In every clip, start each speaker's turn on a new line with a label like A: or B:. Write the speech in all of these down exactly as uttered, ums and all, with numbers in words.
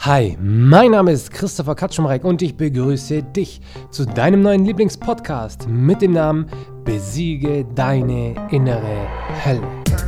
A: Hi, mein Name ist Christopher Katschumreck und ich begrüße dich zu deinem neuen Lieblingspodcast mit dem Namen Besiege deine innere Hölle.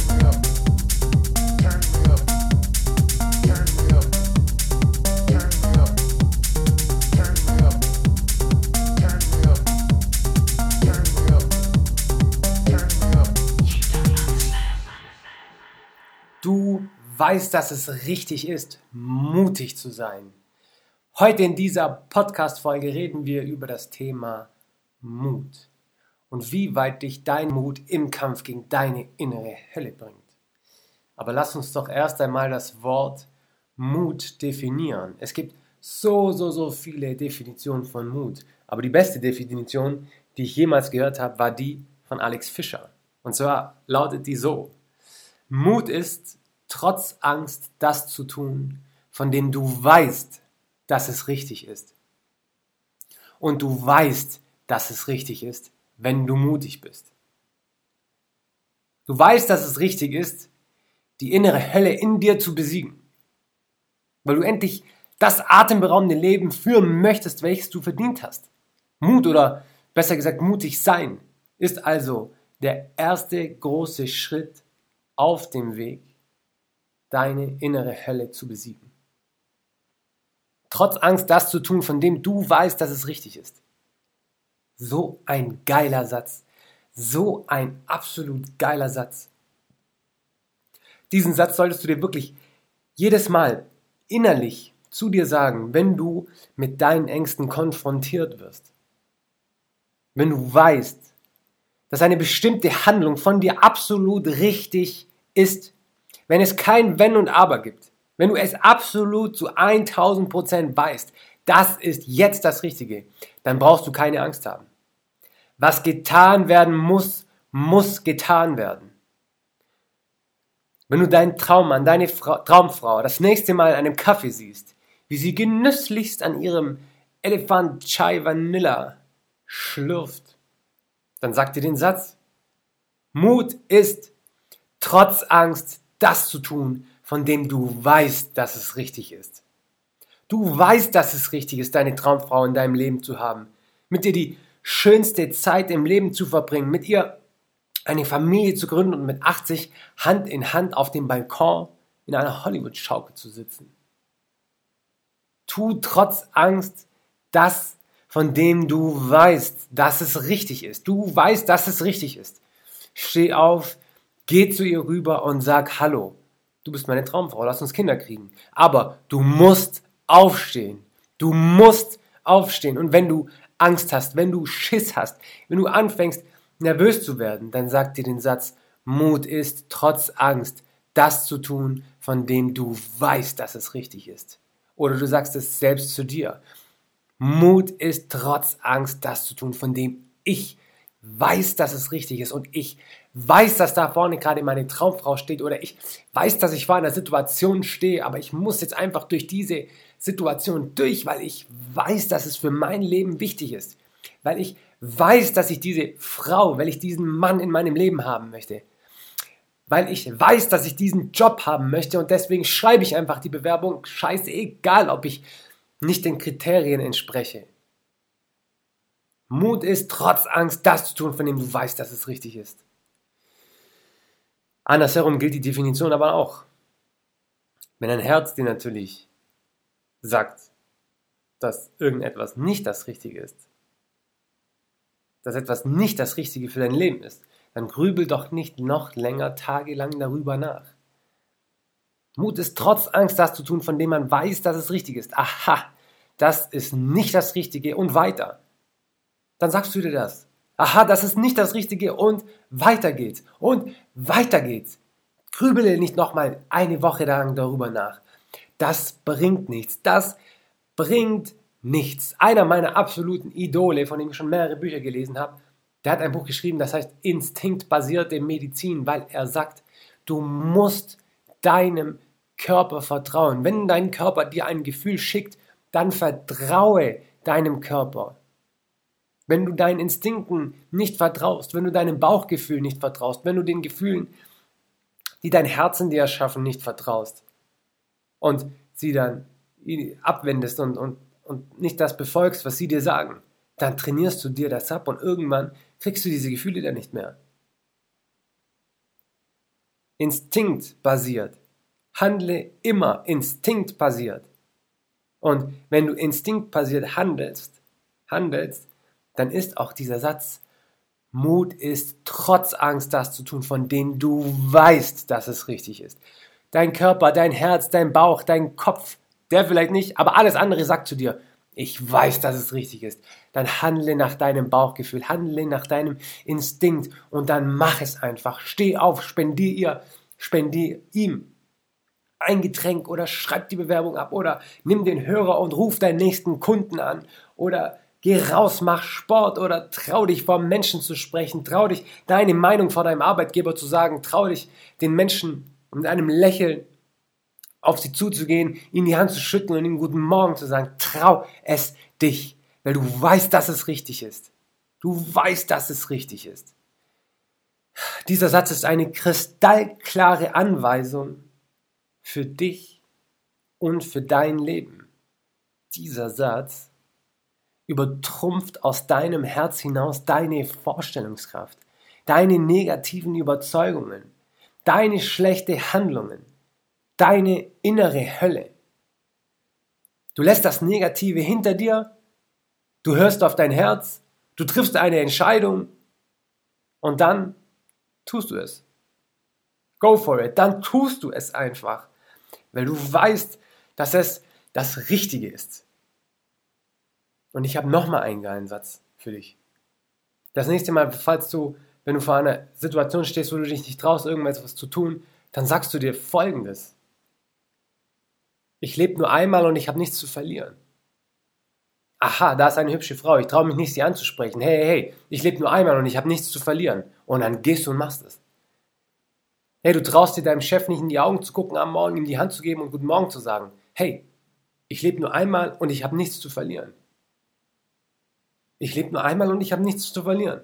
A: Du weißt, dass es richtig ist, mutig zu sein. Heute in dieser Podcast-Folge reden wir über das Thema Mut und wie weit dich dein Mut im Kampf gegen deine innere Hölle bringt. Aber lass uns doch erst einmal das Wort Mut definieren. Es gibt so, so, so viele Definitionen von Mut. Aber die beste Definition, die ich jemals gehört habe, war die von Alex Fischer. Und zwar lautet die so: Mut ist, trotz Angst das zu tun, von dem du weißt, dass es richtig ist. Und du weißt, dass es richtig ist, wenn du mutig bist. Du weißt, dass es richtig ist, die innere Hölle in dir zu besiegen. Weil du endlich das atemberaubende Leben führen möchtest, welches du verdient hast. Mut oder besser gesagt mutig sein ist also der erste große Schritt auf dem Weg, deine innere Hölle zu besiegen. Trotz Angst, das zu tun, von dem du weißt, dass es richtig ist. So ein geiler Satz. So ein absolut geiler Satz. Diesen Satz solltest du dir wirklich jedes Mal innerlich zu dir sagen, wenn du mit deinen Ängsten konfrontiert wirst. Wenn du weißt, dass eine bestimmte Handlung von dir absolut richtig ist. Wenn es kein Wenn und Aber gibt, wenn du es absolut zu tausend Prozent weißt, das ist jetzt das Richtige, dann brauchst du keine Angst haben. Was getan werden muss, muss getan werden. Wenn du deinen Traummann, deine Frau, Traumfrau das nächste Mal an einem Kaffee siehst, wie sie genüsslichst an ihrem Elefant Chai Vanilla schlürft, dann sag dir den Satz: Mut ist, trotz Angst das zu tun, von dem du weißt, dass es richtig ist. Du weißt, dass es richtig ist, deine Traumfrau in deinem Leben zu haben, mit ihr die schönste Zeit im Leben zu verbringen, mit ihr eine Familie zu gründen und mit achtzig Hand in Hand auf dem Balkon in einer Hollywood-Schaukel zu sitzen. Tu trotz Angst das, von dem du weißt, dass es richtig ist. Du weißt, dass es richtig ist. Steh auf, geh zu ihr rüber und sag: Hallo, du bist meine Traumfrau, lass uns Kinder kriegen. Aber du musst aufstehen. Du musst aufstehen. Und wenn du Angst hast, wenn du Schiss hast, wenn du anfängst nervös zu werden, dann sag dir den Satz: Mut ist, trotz Angst das zu tun, von dem du weißt, dass es richtig ist. Oder du sagst es selbst zu dir: Mut ist, trotz Angst das zu tun, von dem ich weiß, dass es richtig ist, und ich weiß, dass da vorne gerade meine Traumfrau steht, oder ich weiß, dass ich vor einer Situation stehe, aber ich muss jetzt einfach durch diese Situation durch, weil ich weiß, dass es für mein Leben wichtig ist, weil ich weiß, dass ich diese Frau, weil ich diesen Mann in meinem Leben haben möchte, weil ich weiß, dass ich diesen Job haben möchte, und deswegen schreibe ich einfach die Bewerbung, scheiße, egal, ob ich nicht den Kriterien entspreche. Mut ist, trotz Angst das zu tun, von dem du weißt, dass es richtig ist. Andersherum gilt die Definition aber auch. Wenn dein Herz dir natürlich sagt, dass irgendetwas nicht das Richtige ist, dass etwas nicht das Richtige für dein Leben ist, dann grübel doch nicht noch länger tagelang darüber nach. Mut ist, trotz Angst das zu tun, von dem man weiß, dass es richtig ist. Aha, das ist nicht das Richtige, und weiter. Dann sagst du dir das. Aha, das ist nicht das Richtige, und weiter geht's. Und weiter geht's. Grübele nicht nochmal eine Woche lang darüber nach. Das bringt nichts. Das bringt nichts. Einer meiner absoluten Idole, von dem ich schon mehrere Bücher gelesen habe, der hat ein Buch geschrieben, das heißt Instinktbasierte Medizin, weil er sagt, du musst deinem Körper vertrauen. Wenn dein Körper dir ein Gefühl schickt, dann vertraue deinem Körper. Wenn du deinen Instinkten nicht vertraust, wenn du deinem Bauchgefühl nicht vertraust, wenn du den Gefühlen, die dein Herz in dir erschaffen, nicht vertraust und sie dann abwendest und, und, und nicht das befolgst, was sie dir sagen, dann trainierst du dir das ab und irgendwann kriegst du diese Gefühle dann nicht mehr. Instinktbasiert. Handle immer instinktbasiert. Und wenn du instinktbasiert handelst, handelst, dann ist auch dieser Satz, Mut ist trotz Angst das zu tun, von dem du weißt, dass es richtig ist. Dein Körper, dein Herz, dein Bauch, dein Kopf, der vielleicht nicht, aber alles andere sagt zu dir, ich weiß, dass es richtig ist. Dann handle nach deinem Bauchgefühl, handle nach deinem Instinkt und dann mach es einfach. Steh auf, spendier ihr, spendier ihm ein Getränk oder schreib die Bewerbung ab oder nimm den Hörer und ruf deinen nächsten Kunden an oder geh raus, mach Sport oder trau dich vor Menschen zu sprechen, trau dich deine Meinung vor deinem Arbeitgeber zu sagen, trau dich den Menschen mit einem Lächeln auf sie zuzugehen, ihnen die Hand zu schütteln und ihnen guten Morgen zu sagen, trau es dich, weil du weißt, dass es richtig ist. Du weißt, dass es richtig ist. Dieser Satz ist eine kristallklare Anweisung für dich und für dein Leben. Dieser Satz übertrumpft aus deinem Herz hinaus deine Vorstellungskraft, deine negativen Überzeugungen, deine schlechten Handlungen, deine innere Hölle. Du lässt das Negative hinter dir, du hörst auf dein Herz, du triffst eine Entscheidung und dann tust du es. Go for it, dann tust du es einfach, weil du weißt, dass es das Richtige ist. Und ich habe nochmal einen geilen Satz für dich. Das nächste Mal, falls du, wenn du vor einer Situation stehst, wo du dich nicht traust, irgendwas zu tun, dann sagst du dir Folgendes. Ich lebe nur einmal und ich habe nichts zu verlieren. Aha, da ist eine hübsche Frau, ich traue mich nicht, sie anzusprechen. Hey, hey, hey, ich lebe nur einmal und ich habe nichts zu verlieren. Und dann gehst du und machst es. Hey, du traust dir deinem Chef nicht in die Augen zu gucken am Morgen, ihm die Hand zu geben und guten Morgen zu sagen. Hey, ich lebe nur einmal und ich habe nichts zu verlieren. Ich lebe nur einmal und ich habe nichts zu verlieren.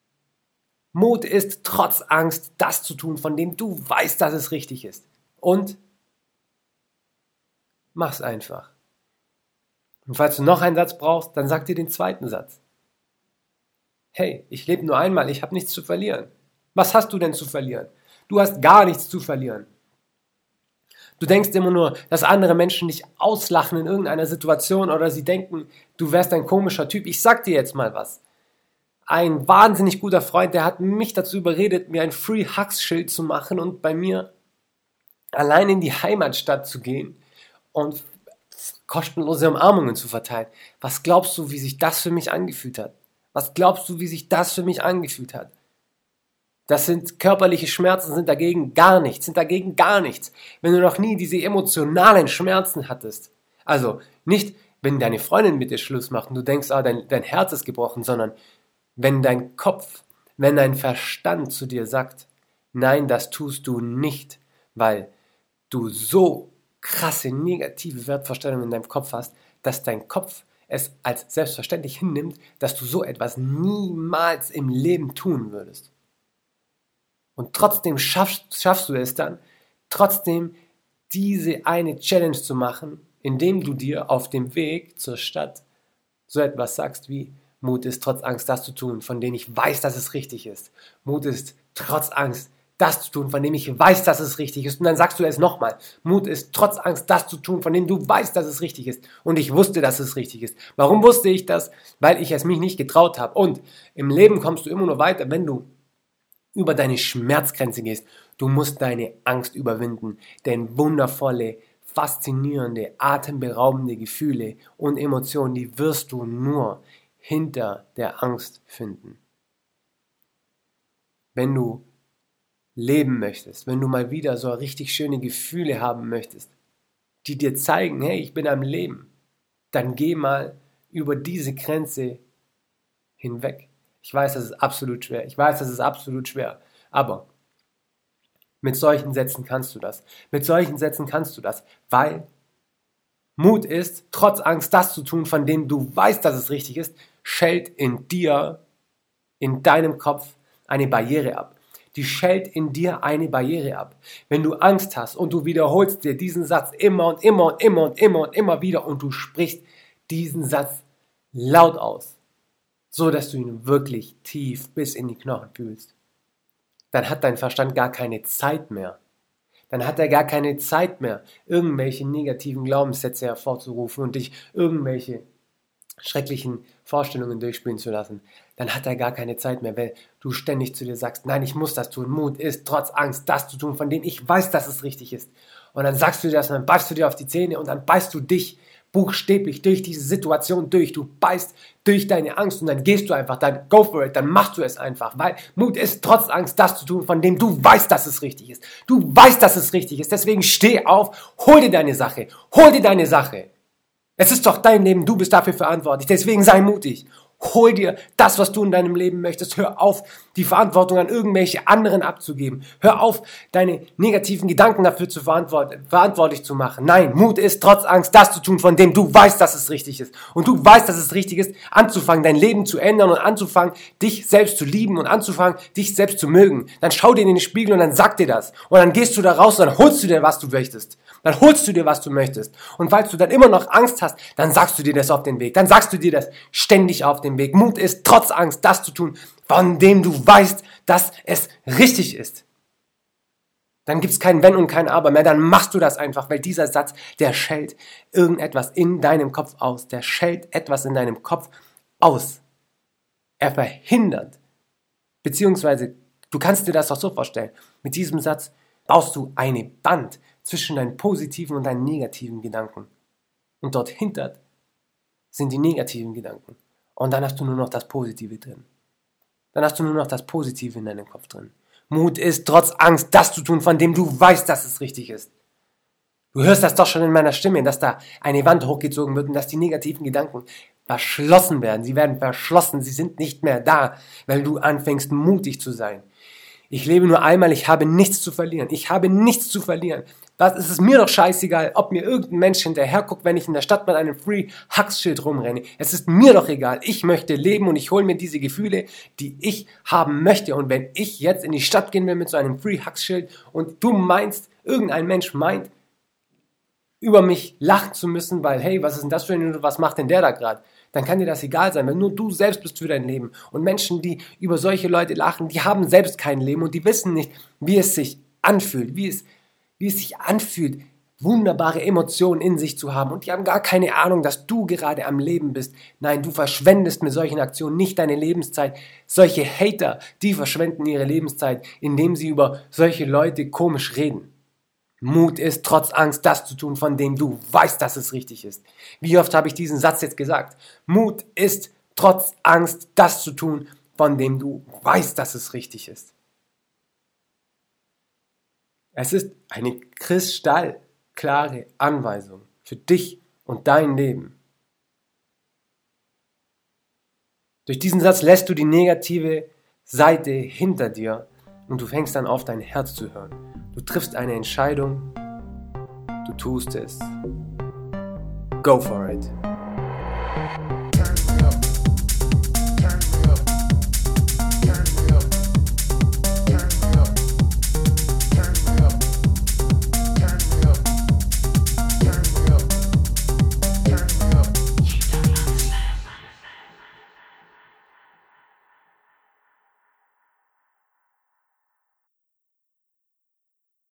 A: Mut ist trotz Angst, das zu tun, von dem du weißt, dass es richtig ist. Und mach's einfach. Und falls du noch einen Satz brauchst, dann sag dir den zweiten Satz. Hey, ich lebe nur einmal, ich habe nichts zu verlieren. Was hast du denn zu verlieren? Du hast gar nichts zu verlieren. Du denkst immer nur, dass andere Menschen dich auslachen in irgendeiner Situation oder sie denken, du wärst ein komischer Typ. Ich sag dir jetzt mal was. Ein wahnsinnig guter Freund, der hat mich dazu überredet, mir ein Free Hugs Schild zu machen und bei mir allein in die Heimatstadt zu gehen und kostenlose Umarmungen zu verteilen. Was glaubst du, wie sich das für mich angefühlt hat? Was glaubst du, wie sich das für mich angefühlt hat? Das sind körperliche Schmerzen, sind dagegen gar nichts, sind dagegen gar nichts. Wenn du noch nie diese emotionalen Schmerzen hattest, also nicht, wenn deine Freundin mit dir Schluss macht und du denkst, ah, dein, dein Herz ist gebrochen, sondern wenn dein Kopf, wenn dein Verstand zu dir sagt, nein, das tust du nicht, weil du so krasse negative Wertvorstellungen in deinem Kopf hast, dass dein Kopf es als selbstverständlich hinnimmt, dass du so etwas niemals im Leben tun würdest. Und trotzdem schaffst, schaffst du es dann, trotzdem diese eine Challenge zu machen, indem du dir auf dem Weg zur Stadt so etwas sagst wie, Mut ist trotz Angst das zu tun, von dem ich weiß, dass es richtig ist. Mut ist trotz Angst das zu tun, von dem ich weiß, dass es richtig ist. Und dann sagst du es nochmal. Mut ist trotz Angst das zu tun, von dem du weißt, dass es richtig ist. Und ich wusste, dass es richtig ist. Warum wusste ich das? Weil ich es mich nicht getraut habe. Und im Leben kommst du immer nur weiter, wenn du über deine Schmerzgrenze gehst. Du musst deine Angst überwinden, denn wundervolle, faszinierende, atemberaubende Gefühle und Emotionen, die wirst du nur hinter der Angst finden. Wenn du leben möchtest, wenn du mal wieder so richtig schöne Gefühle haben möchtest, die dir zeigen, hey, ich bin am Leben, dann geh mal über diese Grenze hinweg. Ich weiß, das ist absolut schwer. Ich weiß, das ist absolut schwer. Aber mit solchen Sätzen kannst du das. Mit solchen Sätzen kannst du das, weil Mut ist, trotz Angst das zu tun, von dem du weißt, dass es richtig ist, schält in dir, in deinem Kopf eine Barriere ab. die schält in dir eine Barriere ab. Wenn du Angst hast und du wiederholst dir diesen Satz immer und immer und immer und immer und immer wieder und du sprichst diesen Satz laut aus, so dass du ihn wirklich tief bis in die Knochen fühlst, dann hat dein Verstand gar keine Zeit mehr. Dann hat er gar keine Zeit mehr, irgendwelche negativen Glaubenssätze hervorzurufen und dich irgendwelche schrecklichen Vorstellungen durchspielen zu lassen. Dann hat er gar keine Zeit mehr, weil du ständig zu dir sagst, nein, ich muss das tun. Mut ist, trotz Angst, das zu tun, von dem ich weiß, dass es richtig ist. Und dann sagst du dir das und dann beißt du dir auf die Zähne und dann beißt du dich buchstäblich durch diese Situation durch. Du beißt durch deine Angst und dann gehst du einfach, dann go for it, dann machst du es einfach. Weil Mut ist, trotz Angst, das zu tun, von dem du weißt, dass es richtig ist. Du weißt, dass es richtig ist. Deswegen steh auf, hol dir deine Sache, hol dir deine Sache. Es ist doch dein Leben, du bist dafür verantwortlich, deswegen sei mutig. Hol dir das, was du in deinem Leben möchtest. Hör auf, die Verantwortung an irgendwelche anderen abzugeben. Hör auf, deine negativen Gedanken dafür zu verantwort- verantwortlich zu machen. Nein, Mut ist, trotz Angst, das zu tun, von dem du weißt, dass es richtig ist. Und du weißt, dass es richtig ist, anzufangen, dein Leben zu ändern und anzufangen, dich selbst zu lieben und anzufangen, dich selbst zu mögen. Dann schau dir in den Spiegel und dann sag dir das. Und dann gehst du da raus und dann holst du dir, was du möchtest. Dann holst du dir, was du möchtest. Und falls du dann immer noch Angst hast, dann sagst du dir das auf den Weg. Dann sagst du dir das ständig auf den Weg. Mut ist, trotz Angst, das zu tun, von dem du weißt, dass es richtig ist. Dann gibt's kein Wenn und kein Aber mehr. Dann machst du das einfach, weil dieser Satz, der schellt irgendetwas in deinem Kopf aus. Der schellt etwas in deinem Kopf aus. Er verhindert, beziehungsweise, du kannst dir das auch so vorstellen, mit diesem Satz baust du eine Wand zwischen deinen positiven und deinen negativen Gedanken. Und dort hinter sind die negativen Gedanken. Und dann hast du nur noch das Positive drin. Dann hast du nur noch das Positive in deinem Kopf drin. Mut ist, trotz Angst, das zu tun, von dem du weißt, dass es richtig ist. Du hörst das doch schon in meiner Stimme, dass da eine Wand hochgezogen wird und dass die negativen Gedanken verschlossen werden. Sie werden verschlossen, sie sind nicht mehr da, weil du anfängst, mutig zu sein. Ich lebe nur einmal, ich habe nichts zu verlieren. Ich habe nichts zu verlieren. Was ist es mir doch scheißegal, ob mir irgendein Mensch hinterher guckt, wenn ich in der Stadt mit einem Free-Hugs-Schild rumrenne. Es ist mir doch egal. Ich möchte leben und ich hole mir diese Gefühle, die ich haben möchte. Und wenn ich jetzt in die Stadt gehen will mit so einem Free-Hugs-Schild und du meinst, irgendein Mensch meint, über mich lachen zu müssen, weil, hey, was ist denn das für ein, was macht denn der da gerade? Dann kann dir das egal sein, weil nur du selbst bist für dein Leben. Und Menschen, die über solche Leute lachen, die haben selbst kein Leben und die wissen nicht, wie es sich anfühlt, wie es, wie es sich anfühlt, wunderbare Emotionen in sich zu haben. Und die haben gar keine Ahnung, dass du gerade am Leben bist. Nein, du verschwendest mit solchen Aktionen nicht deine Lebenszeit. Solche Hater, die verschwenden ihre Lebenszeit, indem sie über solche Leute komisch reden. Mut ist, trotz Angst, das zu tun, von dem du weißt, dass es richtig ist. Wie oft habe ich diesen Satz jetzt gesagt? Mut ist, trotz Angst, das zu tun, von dem du weißt, dass es richtig ist. Es ist eine kristallklare Anweisung für dich und dein Leben. Durch diesen Satz lässt du die negative Seite hinter dir und du fängst dann auf, dein Herz zu hören. Du triffst eine Entscheidung, du tust es. Go for it.